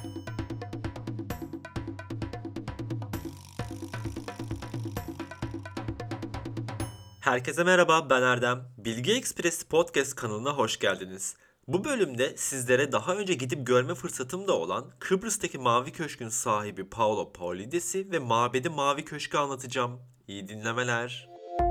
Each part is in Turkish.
Herkese merhaba, ben Erdem. Bilgi Ekspresi Podcast kanalına hoş geldiniz. Bu bölümde sizlere daha önce gidip görme fırsatım da olan Kıbrıs'taki Mavi Köşk'ün sahibi Paolo Paulides'i ve Mabedi Mavi Köşk'ü anlatacağım. İyi dinlemeler.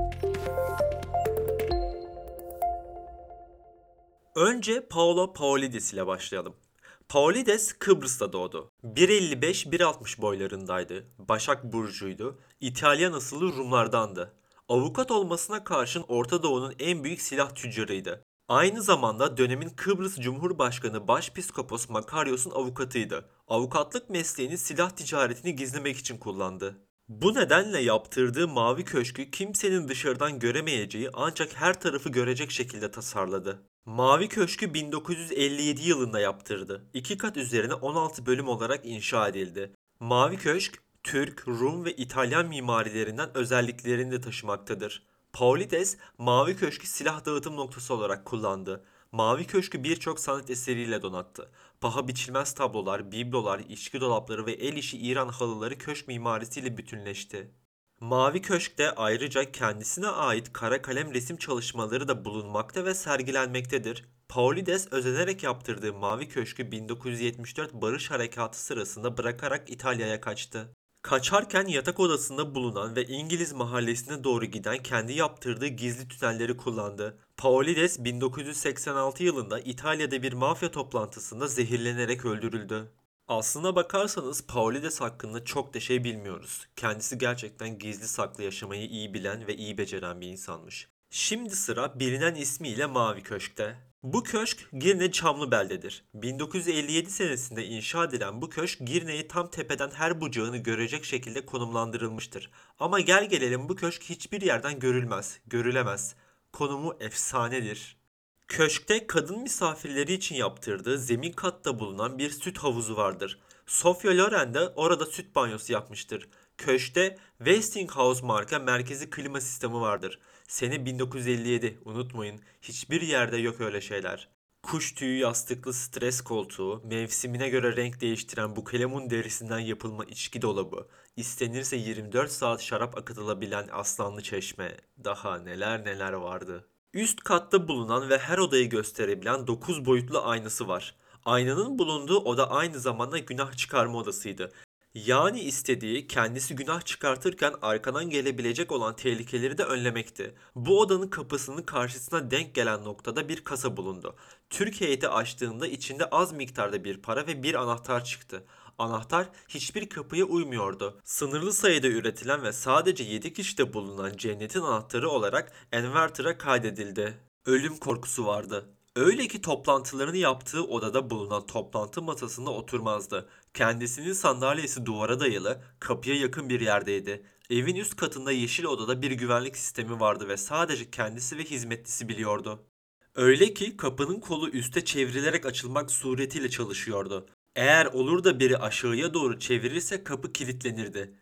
Önce Paolo Paulides ile başlayalım. Paulides Kıbrıs'ta doğdu. 1.55-1.60 boylarındaydı. Başak Burcu'ydu. İtalyan asıllı Rumlardandı. Avukat olmasına karşın Orta Doğu'nun en büyük silah tüccarıydı. Aynı zamanda dönemin Kıbrıs Cumhurbaşkanı Başpiskopos Makarios'un avukatıydı. Avukatlık mesleğini silah ticaretini gizlemek için kullandı. Bu nedenle yaptırdığı mavi köşkü kimsenin dışarıdan göremeyeceği ancak her tarafı görecek şekilde tasarladı. Mavi Köşkü 1957 yılında yaptırdı. 2 kat üzerine 16 bölüm olarak inşa edildi. Mavi Köşk, Türk, Rum ve İtalyan mimarilerinden özelliklerini de taşımaktadır. Paulides, Mavi Köşk'ü silah dağıtım noktası olarak kullandı. Mavi Köşk'ü birçok sanat eseriyle donattı. Paha biçilmez tablolar, biblolar, içki dolapları ve el işi İran halıları köşk mimarisiyle bütünleşti. Mavi Köşk'te ayrıca kendisine ait kara kalem resim çalışmaları da bulunmakta ve sergilenmektedir. Paulides özenerek yaptırdığı Mavi Köşk'ü 1974 Barış Harekatı sırasında bırakarak İtalya'ya kaçtı. Kaçarken yatak odasında bulunan ve İngiliz mahallesine doğru giden kendi yaptırdığı gizli tünelleri kullandı. Paulides 1986 yılında İtalya'da bir mafya toplantısında zehirlenerek öldürüldü. Aslına bakarsanız Paulides hakkında çok da şey bilmiyoruz. Kendisi gerçekten gizli saklı yaşamayı iyi bilen ve iyi beceren bir insanmış. Şimdi sıra bilinen ismiyle Mavi Köşk'te. Bu köşk Girne Çamlıbel'dedir. 1957 senesinde inşa edilen bu köşk Girne'yi tam tepeden her bucağını görecek şekilde konumlandırılmıştır. Ama gel gelelim bu köşk hiçbir yerden görülemez. Konumu efsanedir. Köşkte kadın misafirleri için yaptırdığı zemin katta bulunan bir süt havuzu vardır. Sofia Loren de orada süt banyosu yapmıştır. Köşkte Westinghouse marka merkezi klima sistemi vardır. Sene 1957, unutmayın, hiçbir yerde yok öyle şeyler. Kuş tüyü yastıklı stres koltuğu, mevsimine göre renk değiştiren bukelemun derisinden yapılma içki dolabı, istenirse 24 saat şarap akıtılabilen aslanlı çeşme, daha neler neler vardı. Üst katta bulunan ve her odayı gösterebilen 9 boyutlu aynası var. Aynanın bulunduğu oda aynı zamanda günah çıkarma odasıydı. Yani istediği kendisi günah çıkartırken arkadan gelebilecek olan tehlikeleri de önlemekti. Bu odanın kapısının karşısına denk gelen noktada bir kasa bulundu. Türk heyeti açtığında içinde az miktarda bir para ve bir anahtar çıktı. Anahtar hiçbir kapıya uymuyordu. Sınırlı sayıda üretilen ve sadece 7 kişide bulunan cennetin anahtarı olarak Enverter'a kaydedildi. Ölüm korkusu vardı. Öyle ki toplantılarını yaptığı odada bulunan toplantı masasında oturmazdı. Kendisinin sandalyesi duvara dayalı, kapıya yakın bir yerdeydi. Evin üst katında yeşil odada bir güvenlik sistemi vardı ve sadece kendisi ve hizmetlisi biliyordu. Öyle ki kapının kolu üste çevrilerek açılmak suretiyle çalışıyordu. Eğer olur da biri aşağıya doğru çevirirse kapı kilitlenirdi.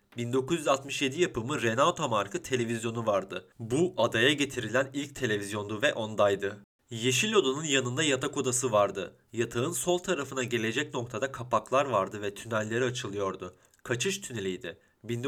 1967 yapımı Renault marka televizyonu vardı. Bu adaya getirilen ilk televizyondu ve ondaydı. Yeşil odanın yanında yatak odası vardı. Yatağın sol tarafına gelecek noktada kapaklar vardı ve tünelleri açılıyordu. Kaçış tüneliydi.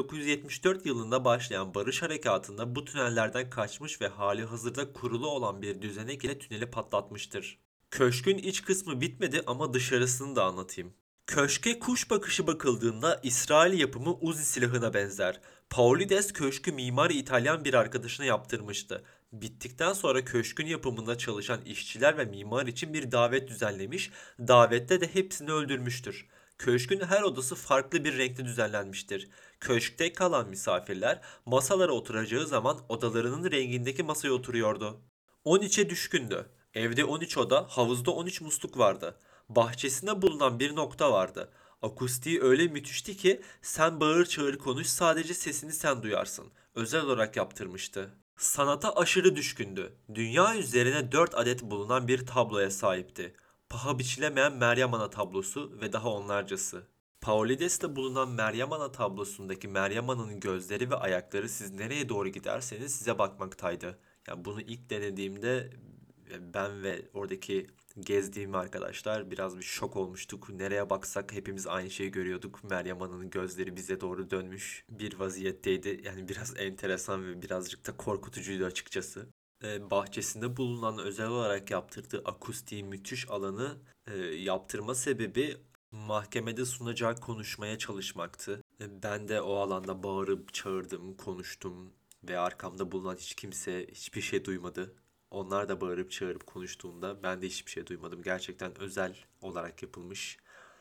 1974 yılında başlayan barış harekatında bu tünellerden kaçmış ve hali hazırda kurulu olan bir düzenek ile tüneli patlatmıştır. Köşkün iç kısmı bitmedi ama dışarısını da anlatayım. Köşke kuş bakışı bakıldığında İsrail yapımı Uzi silahına benzer. Paulides köşkü mimar İtalyan bir arkadaşına yaptırmıştı. Bittikten sonra köşkün yapımında çalışan işçiler ve mimar için bir davet düzenlemiş, davette de hepsini öldürmüştür. Köşkün her odası farklı bir renkte düzenlenmiştir. Köşkte kalan misafirler masalara oturacağı zaman odalarının rengindeki masaya oturuyordu. 13'e düşkündü. Evde 13 oda, havuzda 13 musluk vardı. Bahçesinde bulunan bir nokta vardı. Akustiği öyle müthişti ki sen bağır çağır konuş sadece sesini sen duyarsın. Özel olarak yaptırmıştı. Sanata aşırı düşkündü. Dünya üzerine 4 adet bulunan bir tabloya sahipti. Paha biçilemeyen Meryem Ana tablosu ve daha onlarcası. Paulides'te bulunan Meryem Ana tablosundaki Meryem Ana'nın gözleri ve ayakları siz nereye doğru giderseniz size bakmaktaydı. Yani bunu ilk denediğimde ben ve oradaki gezdiğim arkadaşlar biraz bir şok olmuştuk. Nereye baksak hepimiz aynı şeyi görüyorduk. Meryem Ana'nın gözleri bize doğru dönmüş bir vaziyetteydi. Yani biraz enteresan ve birazcık da korkutucuydu açıkçası. Bahçesinde bulunan özel olarak yaptırdığı akustiği müthiş alanı yaptırma sebebi mahkemede sunacağı konuşmaya çalışmaktı. Ben de o alanda bağırıp çağırdım, konuştum ve arkamda bulunan hiç kimse hiçbir şey duymadı. Onlar da bağırıp çağırıp konuştuğunda ben de hiçbir şey duymadım. Gerçekten özel olarak yapılmış.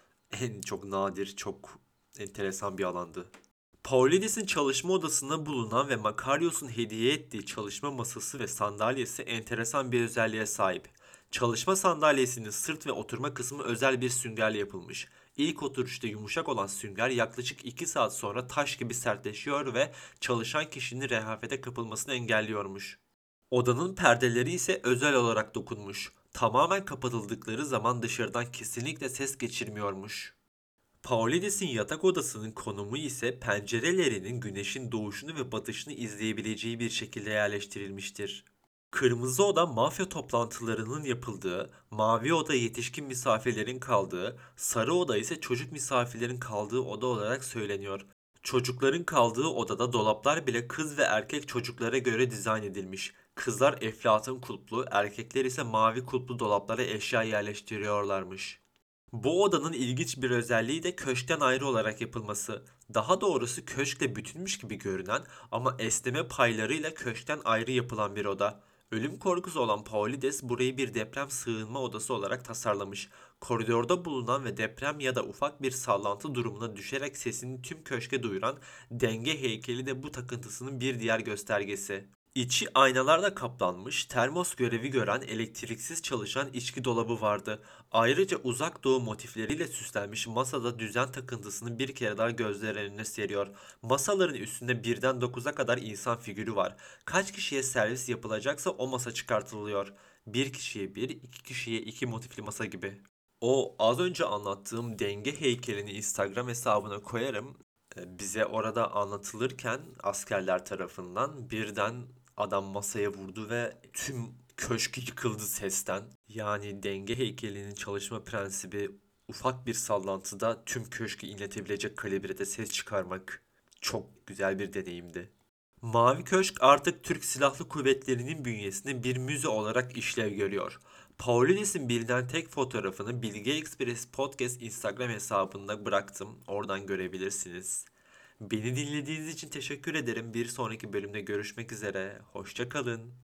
En çok nadir, çok enteresan bir alandı. Paulidis'in çalışma odasında bulunan ve Makarios'un hediye ettiği çalışma masası ve sandalyesi enteresan bir özelliğe sahip. Çalışma sandalyesinin sırt ve oturma kısmı özel bir süngerle yapılmış. İlk oturuşta yumuşak olan sünger yaklaşık 2 saat sonra taş gibi sertleşiyor ve çalışan kişinin rehavete kapılmasını engelliyormuş. Odanın perdeleri ise özel olarak dokunmuş. Tamamen kapatıldıkları zaman dışarıdan kesinlikle ses geçirmiyormuş. Paulides'in yatak odasının konumu ise pencerelerinin güneşin doğuşunu ve batışını izleyebileceği bir şekilde yerleştirilmiştir. Kırmızı oda mafya toplantılarının yapıldığı, mavi oda yetişkin misafirlerin kaldığı, sarı oda ise çocuk misafirlerin kaldığı oda olarak söyleniyor. Çocukların kaldığı odada dolaplar bile kız ve erkek çocuklara göre dizayn edilmiş. Kızlar eflatun kulplu, erkekler ise mavi kulplu dolaplara eşya yerleştiriyorlarmış. Bu odanın ilginç bir özelliği de köşkten ayrı olarak yapılması. Daha doğrusu köşkle bütünmüş gibi görünen ama esneme paylarıyla köşkten ayrı yapılan bir oda. Ölüm korkusu olan Paulides burayı bir deprem sığınma odası olarak tasarlamış. Koridorda bulunan ve deprem ya da ufak bir sallantı durumuna düşerek sesini tüm köşke duyuran denge heykeli de bu takıntısının bir diğer göstergesi. İçi aynalarla kaplanmış, termos görevi gören elektriksiz çalışan içki dolabı vardı. Ayrıca uzak doğu motifleriyle süslenmiş masada düzen takıntısını bir kere daha gözler önüne seriyor. Masaların üstünde birden 9'a kadar insan figürü var. Kaç kişiye servis yapılacaksa o masa çıkartılıyor. Bir kişiye bir, iki kişiye iki motifli masa gibi. O az önce anlattığım denge heykelini Instagram hesabına koyarım. Bize orada anlatılırken askerler tarafından birden adam masaya vurdu ve tüm köşk yıkıldı sesten. Yani denge heykelinin çalışma prensibi ufak bir sallantıda tüm köşkü inletebilecek kalibrede ses çıkarmak çok güzel bir deneyimdi. Mavi Köşk artık Türk Silahlı Kuvvetleri'nin bünyesinde bir müze olarak işlev görüyor. Paulides'in bilinen tek fotoğrafını Bilgi Express Podcast Instagram hesabında bıraktım. Oradan görebilirsiniz. Beni dinlediğiniz için teşekkür ederim. Bir sonraki bölümde görüşmek üzere. Hoşça kalın.